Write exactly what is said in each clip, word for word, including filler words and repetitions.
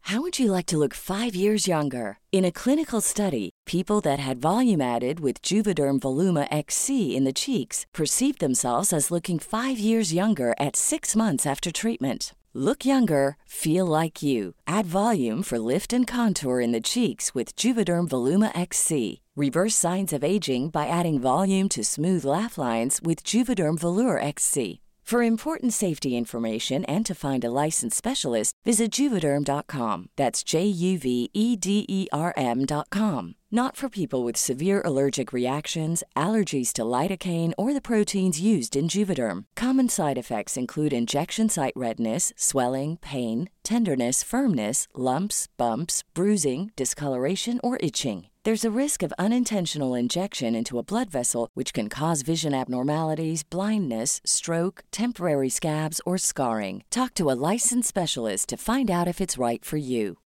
How would you like to look five years younger? In a clinical study, people that had volume added with Juvederm Voluma X C in the cheeks perceived themselves as looking five years younger at six months after treatment. Look younger, feel like you. Add volume for lift and contour in the cheeks with Juvederm Voluma X C. Reverse signs of aging by adding volume to smooth laugh lines with Juvederm Volure X C. For important safety information and to find a licensed specialist, visit Juvederm dot com. That's J U V E D E R M dot com. Not for people with severe allergic reactions, allergies to lidocaine, or the proteins used in Juvederm. Common side effects include injection site redness, swelling, pain, tenderness, firmness, lumps, bumps, bruising, discoloration, or itching. There's a risk of unintentional injection into a blood vessel, which can cause vision abnormalities, blindness, stroke, temporary scabs, or scarring. Talk to a licensed specialist to find out if it's right for you.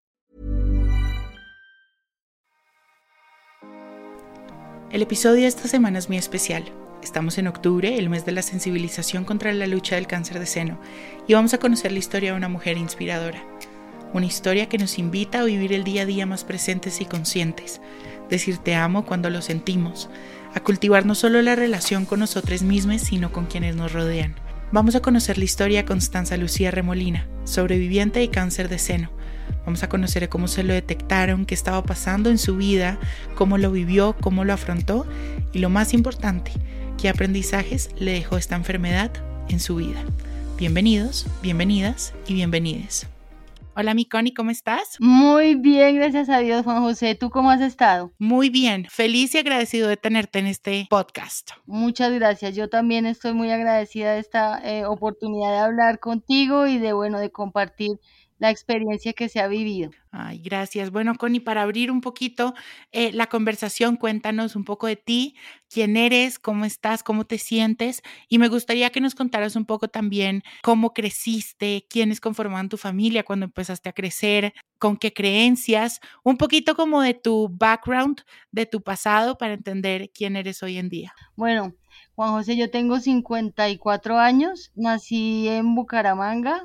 El episodio de esta semana es muy especial. Estamos en octubre, el mes de la sensibilización contra la lucha del cáncer de seno, y vamos a conocer la historia de una mujer inspiradora. Una historia que nos invita a vivir el día a día más presentes y conscientes, decir te amo cuando lo sentimos, a cultivar no solo la relación con nosotros mismos, sino con quienes nos rodean. Vamos a conocer la historia de Constanza Lucía Remolina, sobreviviente de cáncer de seno. Vamos a conocer cómo se lo detectaron, qué estaba pasando en su vida, cómo lo vivió, cómo lo afrontó y lo más importante, qué aprendizajes le dejó esta enfermedad en su vida. Bienvenidos, bienvenidas y bienvenides. Hola, mi Connie, ¿cómo estás? Muy bien, gracias a Dios, Juan José. ¿Tú cómo has estado? Muy bien, feliz y agradecido de tenerte en este podcast. Muchas gracias. Yo también estoy muy agradecida de esta eh, oportunidad de hablar contigo y de, bueno, de compartir la experiencia que se ha vivido. Ay, gracias. Bueno, Connie, para abrir un poquito eh, la conversación, cuéntanos un poco de ti, quién eres, cómo estás, cómo te sientes, y me gustaría que nos contaras un poco también cómo creciste, quiénes conformaban tu familia cuando empezaste a crecer, con qué creencias, un poquito como de tu background, de tu pasado, para entender quién eres hoy en día. Bueno, Juan José, yo tengo cincuenta y cuatro años, nací en Bucaramanga.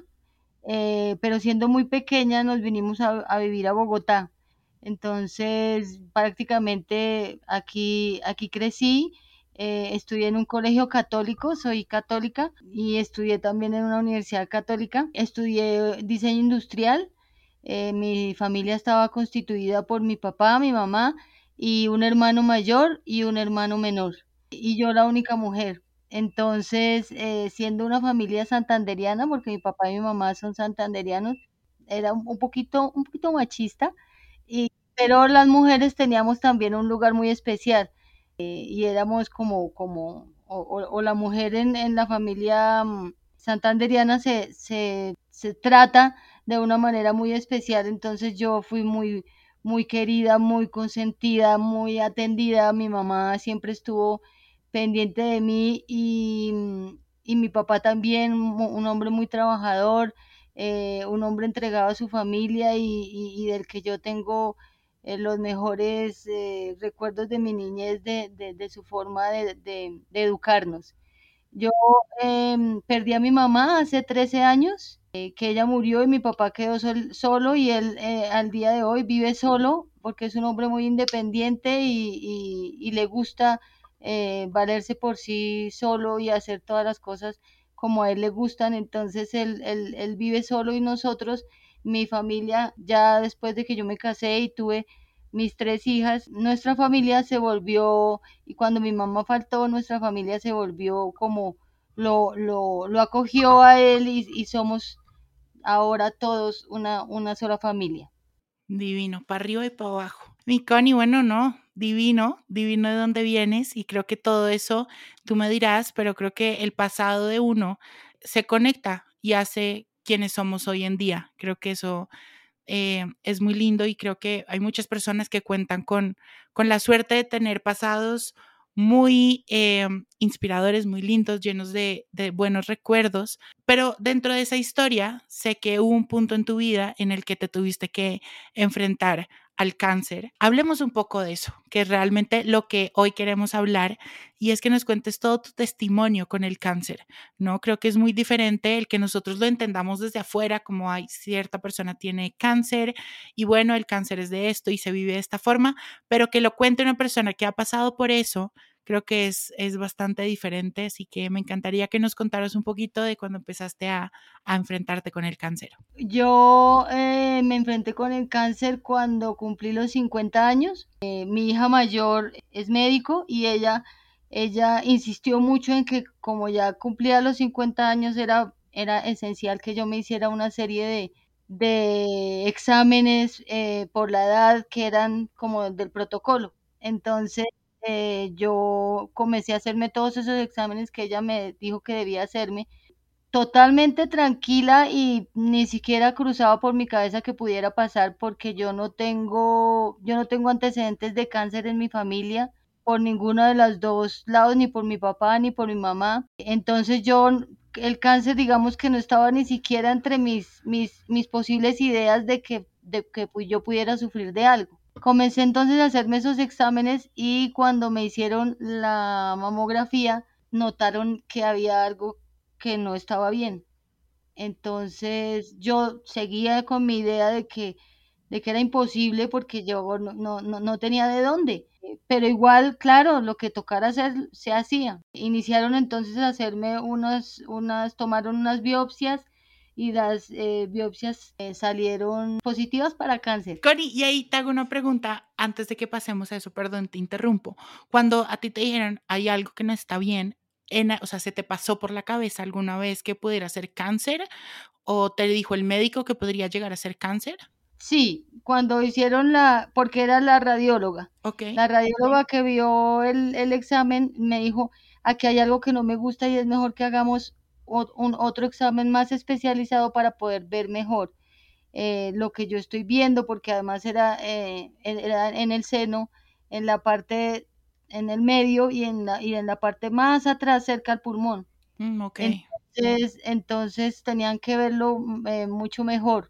Eh, pero siendo muy pequeña nos vinimos a, a vivir a Bogotá. Entonces, prácticamente aquí, aquí crecí, eh, estudié en un colegio católico, soy católica, y estudié también en una universidad católica. Estudié diseño industrial. Eh, mi familia estaba constituida por mi papá, mi mamá y un hermano mayor y un hermano menor, y yo la única mujer. Entonces, eh, siendo una familia santanderiana, porque mi papá y mi mamá son santanderianos, era un un poquito, un poquito machista, y, pero las mujeres teníamos también un lugar muy especial, eh, y éramos como, como, o, o- o la mujer en, en la familia mm, santanderiana se, se, se trata de una manera muy especial. Entonces yo fui muy, muy querida, muy consentida, muy atendida. Mi mamá siempre estuvo pendiente de mí, y, mm, y mi papá también, mu- un hombre muy trabajador, eh, un hombre entregado a su familia, y, y- y del que yo tengo eh, los mejores eh, recuerdos de mi niñez, de, de- de su forma de, de- de educarnos. Yo em, perdí a mi mamá hace trece años, eh, que ella murió, y mi papá quedó sol- solo, y él eh, al día de hoy vive solo porque es un hombre muy independiente, y, y- y le gusta eh, valerse por sí solo y hacer todas las cosas como a él le gustan. Entonces él, él, él vive solo, y nosotros, mi familia, ya después de que yo me casé y tuve mis tres hijas, nuestra familia se volvió, y cuando mi mamá faltó, nuestra familia se volvió como lo, lo, lo acogió a él, y, y somos ahora todos una, una sola familia. Divino, para arriba y para abajo. Mi Connie, bueno, no, divino, divino de dónde vienes, y creo que todo eso, tú me dirás, pero creo que el pasado de uno se conecta y hace quienes somos hoy en día. Creo que eso eh, es muy lindo, y creo que hay muchas personas que cuentan con, con la suerte de tener pasados muy eh, inspiradores, muy lindos, llenos de, de buenos recuerdos, pero dentro de esa historia sé que hubo un punto en tu vida en el que te tuviste que enfrentar al cáncer, hablemos un poco de eso, que es realmente lo que hoy queremos hablar, y es que nos cuentes todo tu testimonio con el cáncer, ¿no? Creo que es muy diferente el que nosotros lo entendamos desde afuera, como hay cierta persona tiene cáncer y bueno, el cáncer es de esto y se vive de esta forma, pero que lo cuente una persona que ha pasado por eso, creo que es, es bastante diferente, así que me encantaría que nos contaras un poquito de cuando empezaste a, a enfrentarte con el cáncer. Yo eh, me enfrenté con el cáncer cuando cumplí los cincuenta años. Eh, mi hija mayor es médico y ella, ella insistió mucho en que como ya cumplía los cincuenta años era, era esencial que yo me hiciera una serie de, de exámenes eh, por la edad que eran como del protocolo. Entonces eh, yo comencé a hacerme todos esos exámenes que ella me dijo que debía hacerme totalmente tranquila y ni siquiera cruzaba por mi cabeza que pudiera pasar porque yo no tengo, yo no tengo antecedentes de cáncer en mi familia por ninguno de los dos lados, ni por mi papá ni por mi mamá. Entonces yo, el cáncer digamos que no estaba ni siquiera entre mis, mis, mis posibles ideas de que, de que pu- yo pudiera sufrir de algo. Comencé entonces a hacerme esos exámenes y cuando me hicieron la mamografía, notaron que había algo que no estaba bien. Entonces yo seguía con mi idea de que, de que era imposible porque yo no, no, no, no tenía de dónde. Pero igual, claro, lo que tocara hacer se hacía. Iniciaron entonces a hacerme unas, unas, tomaron unas biopsias y las eh, biopsias eh, salieron positivas para cáncer. Connie, y ahí te hago una pregunta antes de que pasemos a eso, perdón, te interrumpo. Cuando a ti te dijeron hay algo que no está bien, en, o sea, ¿se te pasó por la cabeza alguna vez que pudiera ser cáncer? ¿O te dijo el médico que podría llegar a ser cáncer? Sí, cuando hicieron la, porque era la radióloga, Ok. la radióloga que vio el, el examen me dijo, aquí hay algo que no me gusta y es mejor que hagamos o- un, otro examen más especializado para poder ver mejor eh, lo que yo estoy viendo, porque además era, eh, en- era en el seno, en la parte, en el medio y en la, y en la parte más atrás, cerca al pulmón. Mm, ok. Entonces, entonces tenían que verlo mm, eh, mucho mejor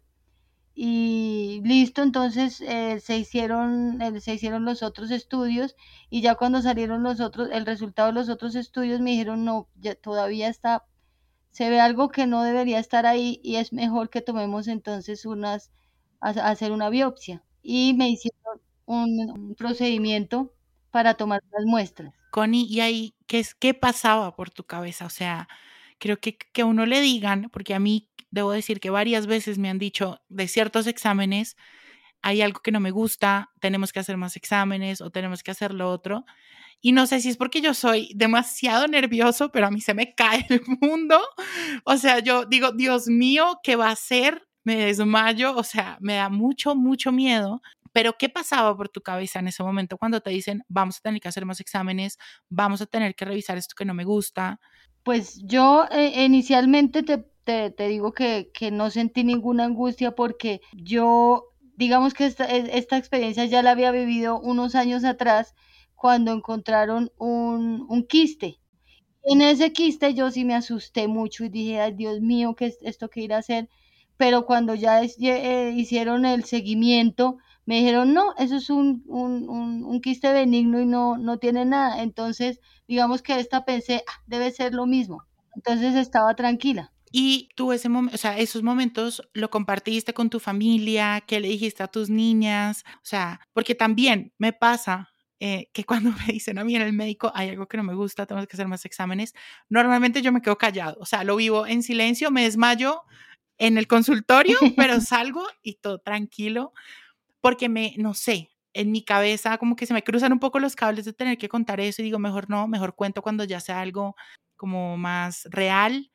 y listo, entonces eh, se hicieron, eh, se hicieron los otros estudios y ya cuando salieron los otros, el resultado de los otros estudios me dijeron, no, ya todavía está, se ve algo que no debería estar ahí y es mejor que tomemos entonces unas, a, a hacer una biopsia. Y me hicieron un, un procedimiento para tomar las muestras. Connie, ¿y ahí qué, es, qué pasaba por tu cabeza? O sea, creo que que a uno le digan, porque a mí debo decir que varias veces me han dicho de ciertos exámenes, hay algo que no me gusta, tenemos que hacer más exámenes o tenemos que hacer lo otro. Y no sé si es porque yo soy demasiado nervioso, pero a mí se me cae el mundo. O sea, yo digo, Dios mío, ¿qué va a hacer? Me desmayo, o sea, me da mucho, mucho miedo. Pero ¿qué pasaba por tu cabeza en ese momento cuando te dicen, vamos a tener que hacer más exámenes, vamos a tener que revisar esto que no me gusta? Pues yo eh, inicialmente te, te, te digo que, que no sentí ninguna angustia porque yo, digamos que esta, e- esta experiencia ya la había vivido unos años atrás cuando encontraron un, un quiste. En ese quiste yo sí me asusté mucho y dije, ay Dios mío, ¿qué es esto que ir a hacer? Pero cuando ya es- ye- eh, hicieron el seguimiento, me dijeron, no, eso es un, un, un, un quiste benigno y no, no tiene nada. Entonces, digamos que esta pensé, "Ah, debe ser lo mismo". Entonces estaba tranquila. Y tú ese momento, o sea, esos momentos lo compartiste con tu familia, ¿qué le dijiste a tus niñas? O sea, porque también me pasa eh, que cuando me dicen a mí en el médico hay algo que no me gusta, tenemos que hacer más exámenes, normalmente yo me quedo callado, o sea, lo vivo en silencio, me desmayo en el consultorio, pero salgo y todo tranquilo, porque me, no sé, en mi cabeza como que se me cruzan un poco los cables de tener que contar eso y digo, mejor no, mejor cuento cuando ya sea algo como más real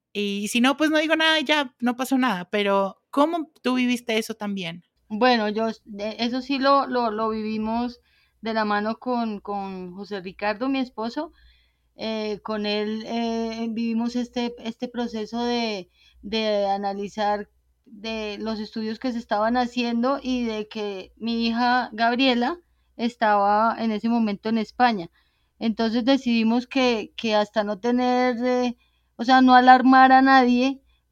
y si no, pues no digo nada y ya no pasó nada, pero ¿cómo tú viviste eso también? Bueno, yo, eh, eso sí lo, lo, lo vivimos de la mano con, con José Ricardo, mi esposo. Eh, con él eh, vivimos este, este proceso de, de analizar de los estudios que se estaban haciendo y de que mi hija Gabriela estaba en ese momento en España. Entonces decidimos que, que hasta no tener, eh, o sea, no alarmar a nadie,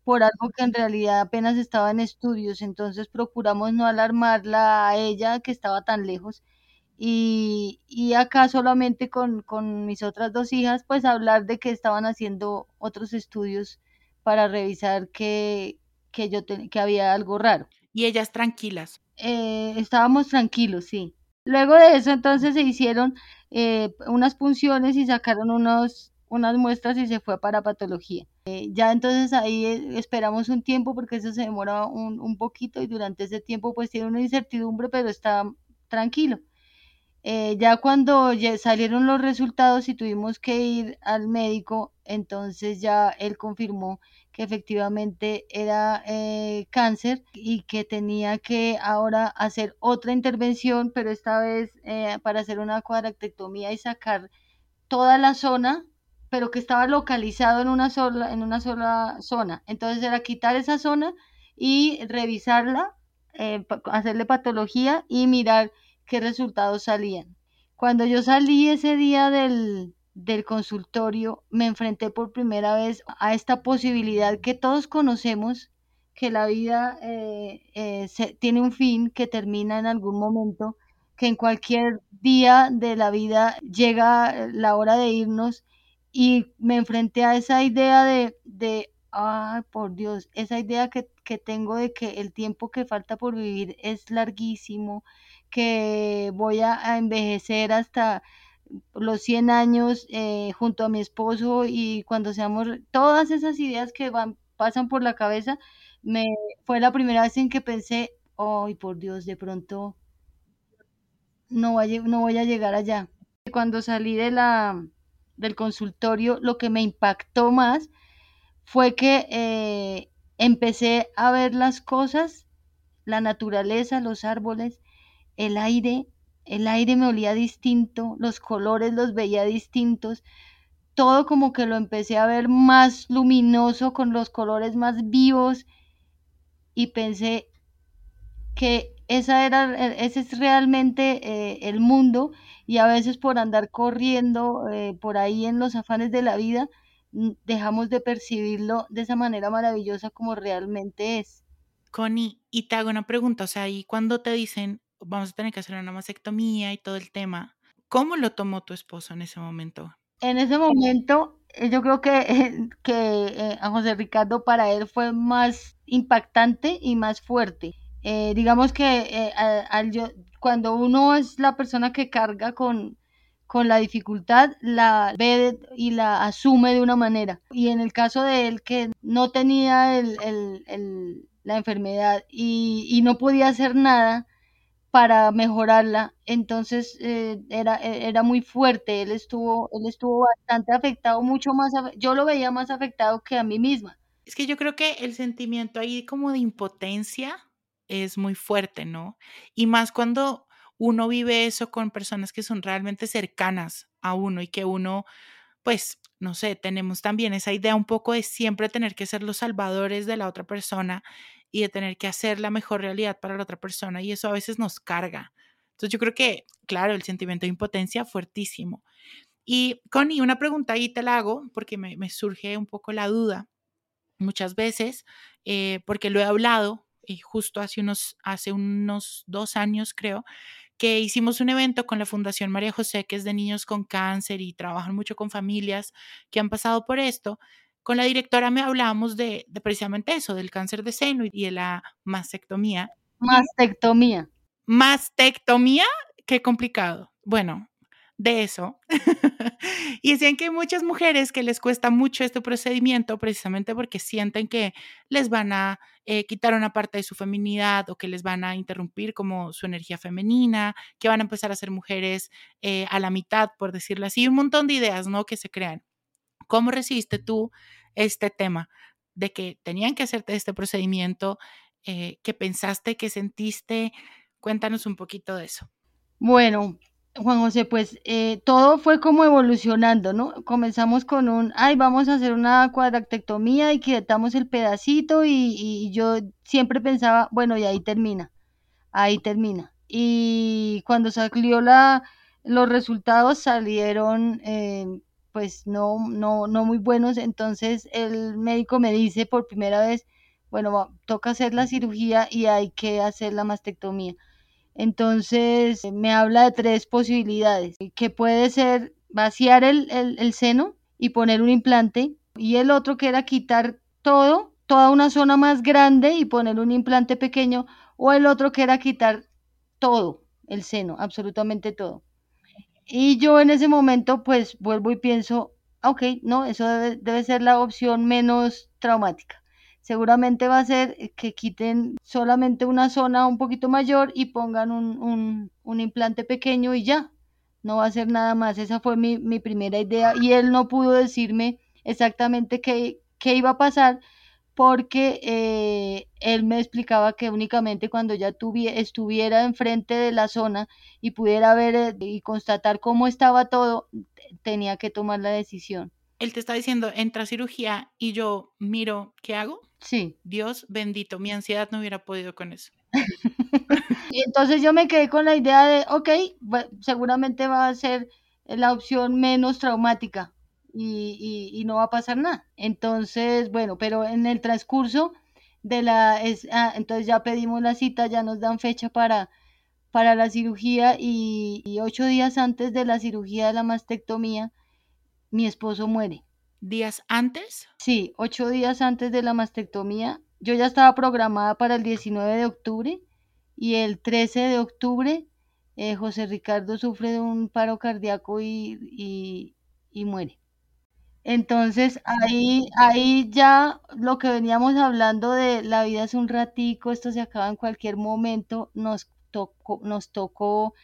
por algo que en realidad apenas estaba en estudios, entonces procuramos no alarmarla a ella que estaba tan lejos y, y acá solamente con, con mis otras dos hijas, pues hablar de que estaban haciendo otros estudios para revisar que, que yo te- que había algo raro. Y ellas tranquilas. Eh, estábamos tranquilos, sí. Luego de eso, entonces se hicieron eh, unas punciones y sacaron unos, unas muestras y se fue para patología. Eh, ya entonces ahí eh, esperamos un tiempo porque eso se demora un, un poquito y durante ese tiempo pues tiene una incertidumbre, pero está tranquilo. Eh, ya cuando ya salieron los resultados y tuvimos que ir al médico, entonces ya él confirmó que efectivamente era eh, cáncer y que tenía que ahora hacer otra intervención, pero esta vez eh, para hacer una cuadrantectomía y sacar toda la zona, pero que estaba localizado en una sola, en una sola zona. Entonces era quitar esa zona y revisarla, eh, hacerle patología y mirar qué resultados salían. Cuando yo salí ese día del, del consultorio, me enfrenté por primera vez a esta posibilidad que todos conocemos, que la vida eh, eh, se, tiene un fin, que termina en algún momento, que en cualquier día de la vida llega la hora de irnos y me enfrenté a esa idea de, de ay, por Dios, esa idea que, que tengo de que el tiempo que falta por vivir es larguísimo, que voy a, a envejecer hasta los cien años eh, junto a mi esposo y cuando seamos, todas esas ideas que van, pasan por la cabeza, me fue la primera vez en que pensé, ay, por Dios, de pronto no voy a, no voy a llegar allá. Cuando salí de la, del consultorio, lo que me impactó más fue que eh, empecé a ver las cosas, la naturaleza, los árboles, el aire, el aire me olía distinto, los colores los veía distintos, todo como que lo empecé a ver más luminoso, con los colores más vivos y pensé, que esa era, e, ese es realmente eh, el mundo y a veces por andar corriendo eh, por ahí en los afanes de la vida, mm, dejamos de percibirlo de esa manera maravillosa como realmente es. Connie, y te hago una pregunta, o sea, y cuando te dicen, vamos a tener que hacer una mastectomía y todo el tema, ¿cómo lo tomó tu esposo en ese momento? En ese momento, eh, yo creo que, eh, que eh, a José Ricardo para él fue más impactante y más fuerte. Eh, digamos que eh, a- al yo- cuando uno es la persona que carga con, con la dificultad, la ve y la asume de una manera. Y en el caso de él que no tenía el, el- el- la enfermedad y, y no podía hacer nada, para mejorarla. Entonces eh, era, e- era muy fuerte, él estuvo, él estuvo bastante afectado, mucho más, afe- yo lo veía más afectado que a mí misma. Es que yo creo que el sentimiento ahí como de impotencia es muy fuerte, ¿no? Y más cuando uno vive eso con personas que son realmente cercanas a uno y que uno, pues, no sé, tenemos también esa idea un poco de siempre tener que ser los salvadores de la otra persona y de tener que hacer la mejor realidad para la otra persona y eso a veces nos carga. Entonces yo creo que, claro, el sentimiento de impotencia fuertísimo. Y Connie, una pregunta ahí te la hago porque me, me surge un poco la duda muchas veces, eh, porque lo he hablado y justo hace unos, hace unos dos años creo, que hicimos un evento con la Fundación María José, que es de niños con cáncer y trabajan mucho con familias que han pasado por esto. Con la directora me hablábamos de, de precisamente eso, del cáncer de seno y de la mastectomía. Mastectomía. Mastectomía, qué complicado. Bueno, de eso. Y decían que hay muchas mujeres que les cuesta mucho este procedimiento precisamente porque sienten que les van a eh, quitar una parte de su feminidad o que les van a interrumpir como su energía femenina, que van a empezar a ser mujeres eh, a la mitad, por decirlo así, un montón de ideas, ¿no? Que se crean. ¿Cómo recibiste tú este tema de que tenían que hacerte este procedimiento? Eh, ¿Qué pensaste, qué sentiste? Cuéntanos un poquito de eso. Bueno, Juan José, pues eh, todo fue como evolucionando, ¿no? Comenzamos con un, ay, vamos a hacer una cuadrantectomía y quitamos el pedacito y, y yo siempre pensaba, bueno, y ahí termina, ahí termina. Y cuando salió la, los resultados salieron, eh, pues no, no, no muy buenos. Entonces el médico me dice por primera vez, bueno, va- toca hacer la cirugía y hay que hacer la mastectomía. Entonces me habla de tres posibilidades, que puede ser vaciar el, el, el seno y poner un implante, y el otro que era quitar todo, toda una zona más grande y poner un implante pequeño, o el otro que era quitar todo el seno, absolutamente todo. Y yo en ese momento pues vuelvo y pienso, "Ah, ok, no, eso debe, debe ser la opción menos traumática. Seguramente va a ser eh, que quiten solamente una zona un poquito mayor y pongan un, un, un implante pequeño y ya, no va a ser nada más". Esa fue mi, mi primera idea y él no pudo decirme exactamente qué, qué iba a pasar porque eh, él me explicaba que únicamente cuando ya tuvie- estuviera enfrente de la zona y pudiera ver eh, y constatar cómo estaba todo, te- tenía que tomar la decisión. Él te está diciendo, entra a cirugía y yo miro, ¿qué hago? Sí. Dios bendito, mi ansiedad no hubiera podido con eso. Y entonces yo me quedé con la idea de, ok, bu- seguramente va a ser la opción menos traumática y, y- y no va a pasar nada. Entonces, bueno, pero en el transcurso de la, es, ah, entonces ya pedimos la cita, ya nos dan fecha para, para la cirugía y, y ocho días antes de la cirugía de la mastectomía, mi esposo muere. ¿Días antes? Sí, ocho días antes de la mastectomía. Yo ya estaba programada para el diecinueve de octubre y el trece de octubre eh, José Ricardo sufre de un paro cardíaco y, y, y muere. Entonces ahí, ahí ya lo que veníamos hablando de la vida es un ratico, esto se acaba en cualquier momento, nos tocó, nos tocó,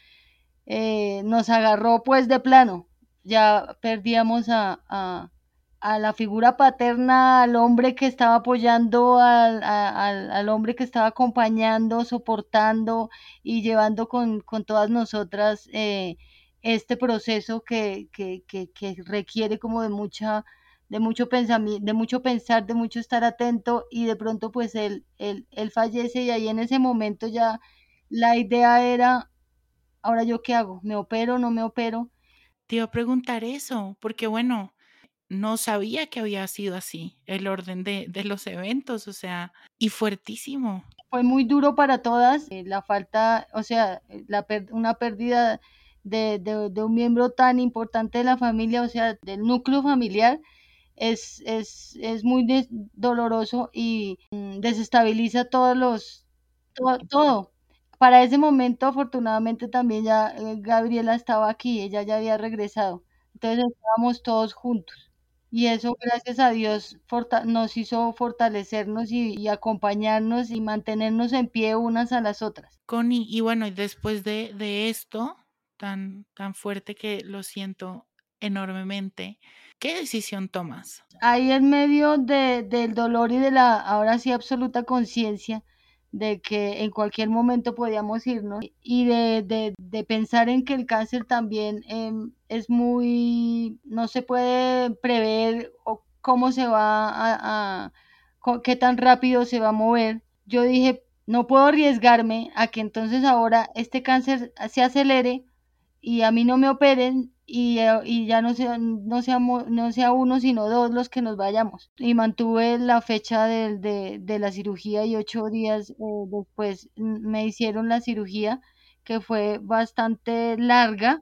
eh, nos agarró pues de plano. Ya perdíamos a, a, a la figura paterna, al hombre que estaba apoyando, al, a- al, al hombre que estaba acompañando, soportando y llevando con, con todas nosotras eh, este proceso que, que, que, que requiere como de mucha, de mucho pensamiento, de mucho pensar, de mucho estar atento y de pronto pues él, él, él fallece y ahí en ese momento ya la idea era, ahora yo qué hago, me opero, no me opero. Te iba a preguntar eso, porque bueno, no sabía que había sido así el orden de, de los eventos, o sea, y fuertísimo. Fue muy duro para todas, eh, la falta, o sea, eh, la per- una pérdida de, de, de un miembro tan importante de la familia, o sea, del núcleo familiar, es, es, es muy des- doloroso y mm, desestabiliza todos los, todo, todo. Para ese momento, afortunadamente, también ya eh, Gabriela estaba aquí, ella ya había regresado, entonces estábamos todos juntos. Y eso, gracias a Dios, forta- nos hizo fortalecernos y, y acompañarnos y mantenernos en pie unas a las otras. Connie, y bueno, y después de, de esto tan, tan fuerte que lo siento enormemente, ¿qué decisión tomas? Ahí en medio de, del dolor y de la, ahora sí, absoluta conciencia de que en cualquier momento podíamos irnos y de, de, de pensar en que el cáncer también em, es muy, no se puede prever o cómo se va a, a co- qué tan rápido se va a mover. Yo dije, no puedo arriesgarme a que entonces ahora este cáncer se acelere y a mí no me operen y, eh, y ya no sea, no, seamos, no sea uno, sino dos los que nos vayamos. Y mantuve la fecha de, de, de la cirugía y ocho días eh, después mm, me hicieron la cirugía, que fue bastante larga.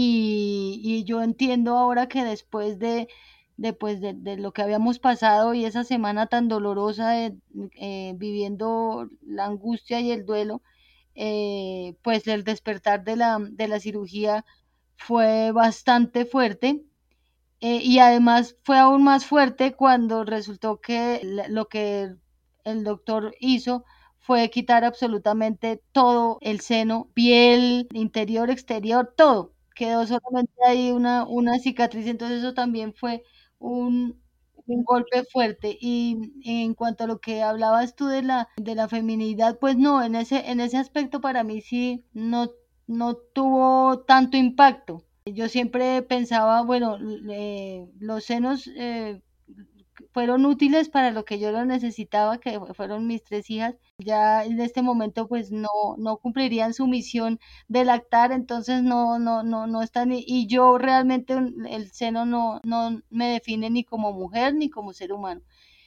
Y, y yo entiendo ahora que después de, después de, de lo que habíamos pasado y esa semana tan dolorosa de, eh, viviendo la angustia y el duelo, eh, pues el despertar de la, de la cirugía fue bastante fuerte eh, y además fue aún más fuerte cuando resultó que la- lo que el doctor hizo fue quitar absolutamente todo el seno, piel, interior, exterior, todo. Quedó solamente ahí una, una cicatriz, entonces eso también fue un, un golpe fuerte. Y en cuanto a lo que hablabas tú de la, de la feminidad, pues no, en ese, en ese aspecto para mí sí no, no tuvo tanto impacto. Yo siempre pensaba, bueno, eh, los senos, eh, fueron útiles para lo que yo lo necesitaba, que fueron mis tres hijas. Ya en este momento pues no, no cumplirían su misión de lactar, entonces no, no, no, no están, y, y yo realmente el seno no, no me define ni como mujer ni como ser humano.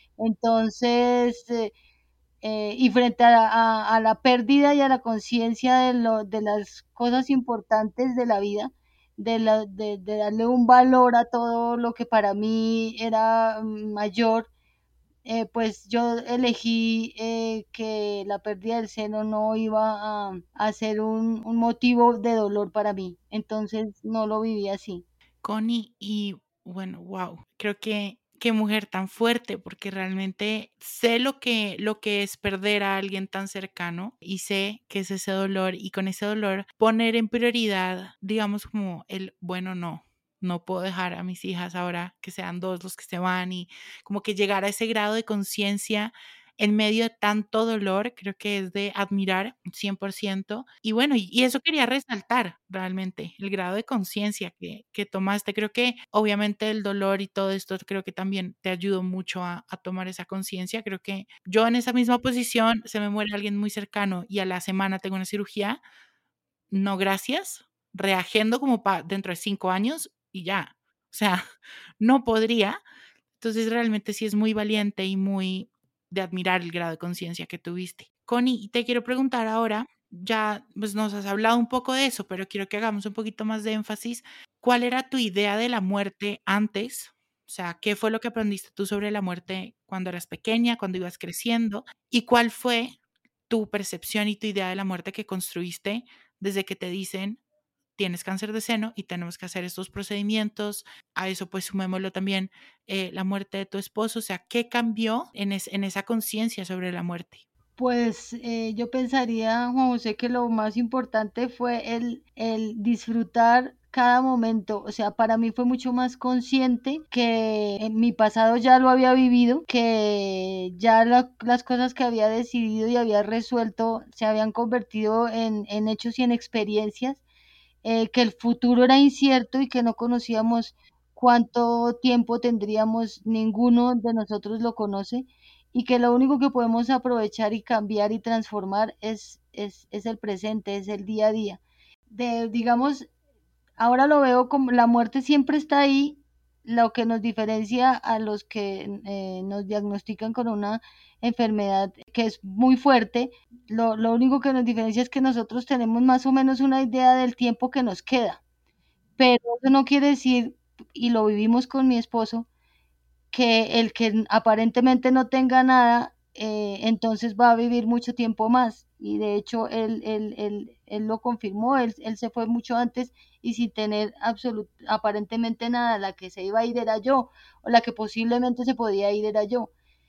Entonces, eh, eh, y frente a la, a, a la pérdida y a la conciencia de, lo, de las cosas importantes de la vida, de, la, de, de darle un valor a todo lo que para mí era mayor, eh, pues yo elegí eh, que la pérdida del seno no iba a, a ser un, un motivo de dolor para mí, entonces no lo viví así. Connie, y bueno, wow, creo que qué mujer tan fuerte, porque realmente sé lo que, lo que es perder a alguien tan cercano y sé que es ese dolor y con ese dolor poner en prioridad, digamos como el, bueno, no, no puedo dejar a mis hijas ahora que sean dos los que se van y como que llegar a ese grado de conciencia en medio de tanto dolor, creo que es de admirar cien por ciento. Y bueno, y, y eso quería resaltar realmente, el grado de conciencia que, que tomaste. Creo que obviamente el dolor y todo esto, creo que también te ayudó mucho a, a tomar esa conciencia. Creo que yo en esa misma posición, se me muere alguien muy cercano y a la semana tengo una cirugía, no gracias, reagendo como para dentro de cinco años y ya. O sea, no podría. Entonces realmente sí es muy valiente y muy de admirar el grado de conciencia que tuviste. Connie, te quiero preguntar ahora, ya pues nos has hablado un poco de eso, pero quiero que hagamos un poquito más de énfasis. ¿Cuál era tu idea de la muerte antes? O sea, ¿qué fue lo que aprendiste tú sobre la muerte cuando eras pequeña, cuando ibas creciendo? ¿Y cuál fue tu percepción y tu idea de la muerte que construiste desde que te dicen tienes cáncer de seno y tenemos que hacer estos procedimientos? A eso pues sumémoslo también eh, la muerte de tu esposo. O sea, ¿qué cambió en, es, en esa conciencia sobre la muerte? Pues eh, yo pensaría, Juan José, que lo más importante fue el, el disfrutar cada momento. O sea, para mí fue mucho más consciente que en mi pasado ya lo había vivido, que ya la- las cosas que había decidido y había resuelto se habían convertido en, en hechos y en experiencias, eh, que el futuro era incierto y que no conocíamos cuánto tiempo tendríamos, ninguno de nosotros lo conoce, y que lo único que podemos aprovechar y cambiar y transformar es, es, es el presente, es el día a día. De, digamos, ahora lo veo como la muerte siempre está ahí. Lo que nos diferencia a los que eh, nos diagnostican con una enfermedad que es muy fuerte, lo, lo único que nos diferencia es que nosotros tenemos más o menos una idea del tiempo que nos queda, pero eso no quiere decir, y lo vivimos con mi esposo, que el que aparentemente no tenga nada, eh, entonces va a vivir mucho tiempo más. Y de hecho, él, él, él, él lo confirmó, él, él se fue mucho antes y sin tener absolut, aparentemente nada. La que se iba a ir era yo, o la que posiblemente se podía ir era yo.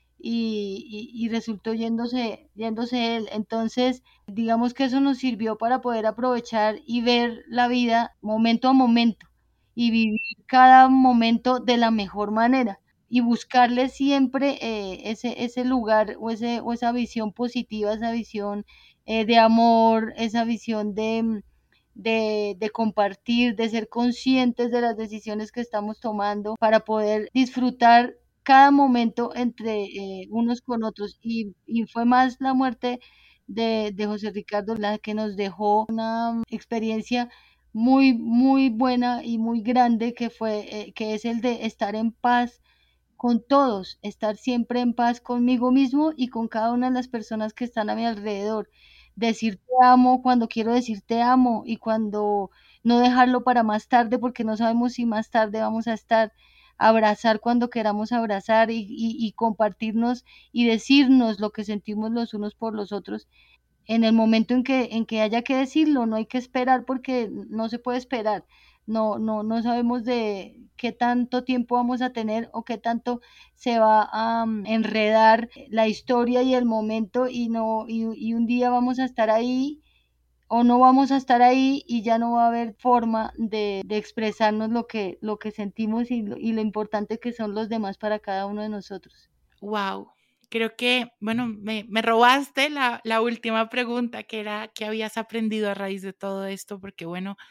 Y, y, y resultó yéndose, yéndose él. Entonces, digamos que eso nos sirvió para poder aprovechar y ver la vida momento a momento y vivir cada momento de la mejor manera y buscarle siempre eh, ese, ese lugar o, ese, o esa visión positiva, esa visión eh, de amor, esa visión de, de, de compartir, de ser conscientes de las decisiones que estamos tomando para poder disfrutar cada momento entre eh, unos con otros. Y, y fue más la muerte de, de José Ricardo la que nos dejó una experiencia muy, muy buena y muy grande, que fue, eh, que es el de estar en paz con todos, estar siempre en paz conmigo mismo y con cada una de las personas que están a mi alrededor. Decir te amo cuando quiero decir te amo, y cuando no dejarlo para más tarde porque no sabemos si más tarde vamos a estar. Abrazar cuando queramos abrazar y, y, y compartirnos y decirnos lo que sentimos los unos por los otros en el momento en que, en que haya que decirlo. No hay que esperar porque no se puede esperar. No, no, no sabemos de qué tanto tiempo vamos a tener o qué tanto se va a um, enredar la historia y el momento, y no, y, y un día vamos a estar ahí o no vamos a estar ahí y ya no va a haber forma de, de expresarnos lo que, lo que sentimos y lo, y lo importante que son los demás para cada uno de nosotros. Wow, creo que, bueno, me, me robaste la, la última pregunta, que era qué habías aprendido a raíz de todo esto, porque bueno,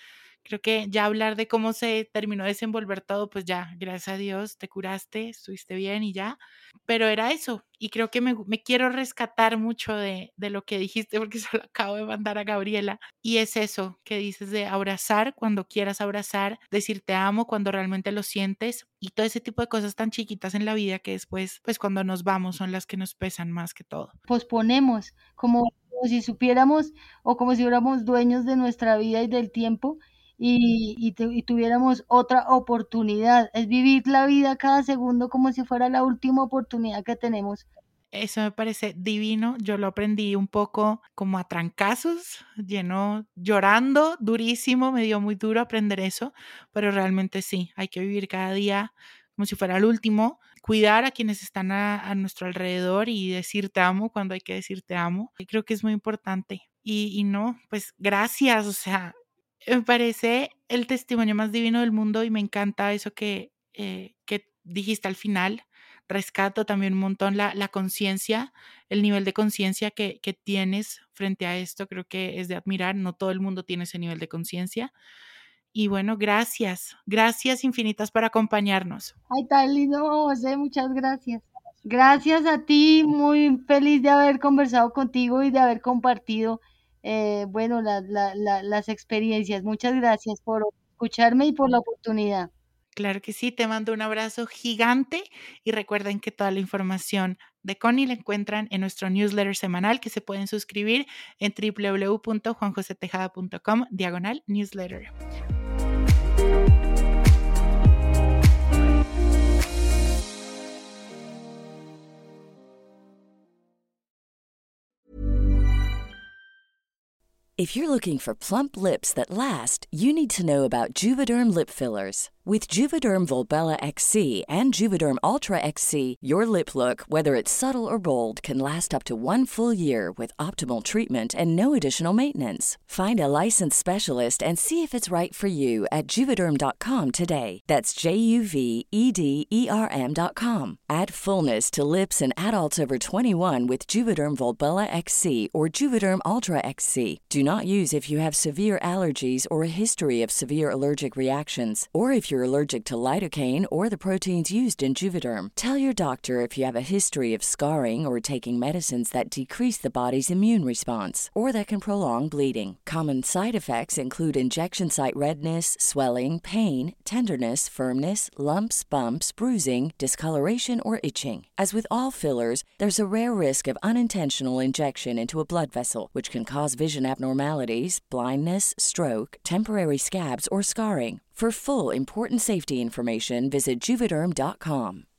Creo que ya hablar de cómo se terminó de desenvolver todo, pues ya, gracias a Dios, te curaste, estuviste bien y ya. Pero era eso. Y creo que me, me quiero rescatar mucho de, de lo que dijiste porque se lo acabo de mandar a Gabriela. Y es eso que dices de abrazar cuando quieras abrazar, decir te amo cuando realmente lo sientes y todo ese tipo de cosas tan chiquitas en la vida que después, pues cuando nos vamos son las que nos pesan más que todo. Posponemos, como, como si supiéramos o como si fuéramos dueños de nuestra vida y del tiempo y, y, tu- y tuviéramos otra oportunidad. Es vivir la vida cada segundo como si fuera la última oportunidad que tenemos. Eso me parece divino. Yo lo aprendí un poco como a trancazos, lleno llorando durísimo, me dio muy duro aprender eso, pero realmente sí, hay que vivir cada día como si fuera el último, cuidar a quienes están a, a nuestro alrededor y decir te amo cuando hay que decir te amo. Y creo que es muy importante. Y, y no, pues gracias, o sea, me parece el testimonio más divino del mundo y me encanta eso que, eh, que dijiste al final. Rescato también un montón la, la conciencia, el nivel de conciencia que, que tienes frente a esto, creo que es de admirar, no todo el mundo tiene ese nivel de conciencia. Y bueno, gracias, gracias infinitas por acompañarnos. Ay, tan lindo, José, muchas gracias. Gracias a ti, muy feliz de haber conversado contigo y de haber compartido, eh, bueno, la- la- la- las experiencias. Muchas gracias por escucharme y por la oportunidad. Claro que sí, te mando un abrazo gigante y recuerden que toda la información de Connie la encuentran en nuestro newsletter semanal que se pueden suscribir en w w w punto juan jose tejada punto com diagonal newsletter. If you're looking for plump lips that last, you need to know about Juvederm lip fillers. With Juvederm Volbella X C and Juvederm Ultra X C, your lip look, whether it's subtle or bold, can last up to one full year with optimal treatment and no additional maintenance. Find a licensed specialist and see if it's right for you at juvederm dot com today. That's J U V E D E R M dot com. Add fullness to lips in adults over twenty-one with Juvederm Volbella X C or Juvederm Ultra X C. Do not use if you have severe allergies or a history of severe allergic reactions, or if you're allergic to lidocaine or the proteins used in Juvederm. Tell your doctor if you have a history of scarring or taking medicines that decrease the body's immune response or that can prolong bleeding. Common side effects include injection site redness, swelling, pain, tenderness, firmness, lumps, bumps, bruising, discoloration, or itching. As with all fillers, there's a rare risk of unintentional injection into a blood vessel, which can cause vision abnormalities, blindness, stroke, temporary scabs, or scarring. For full important safety information, visit juvederm dot com.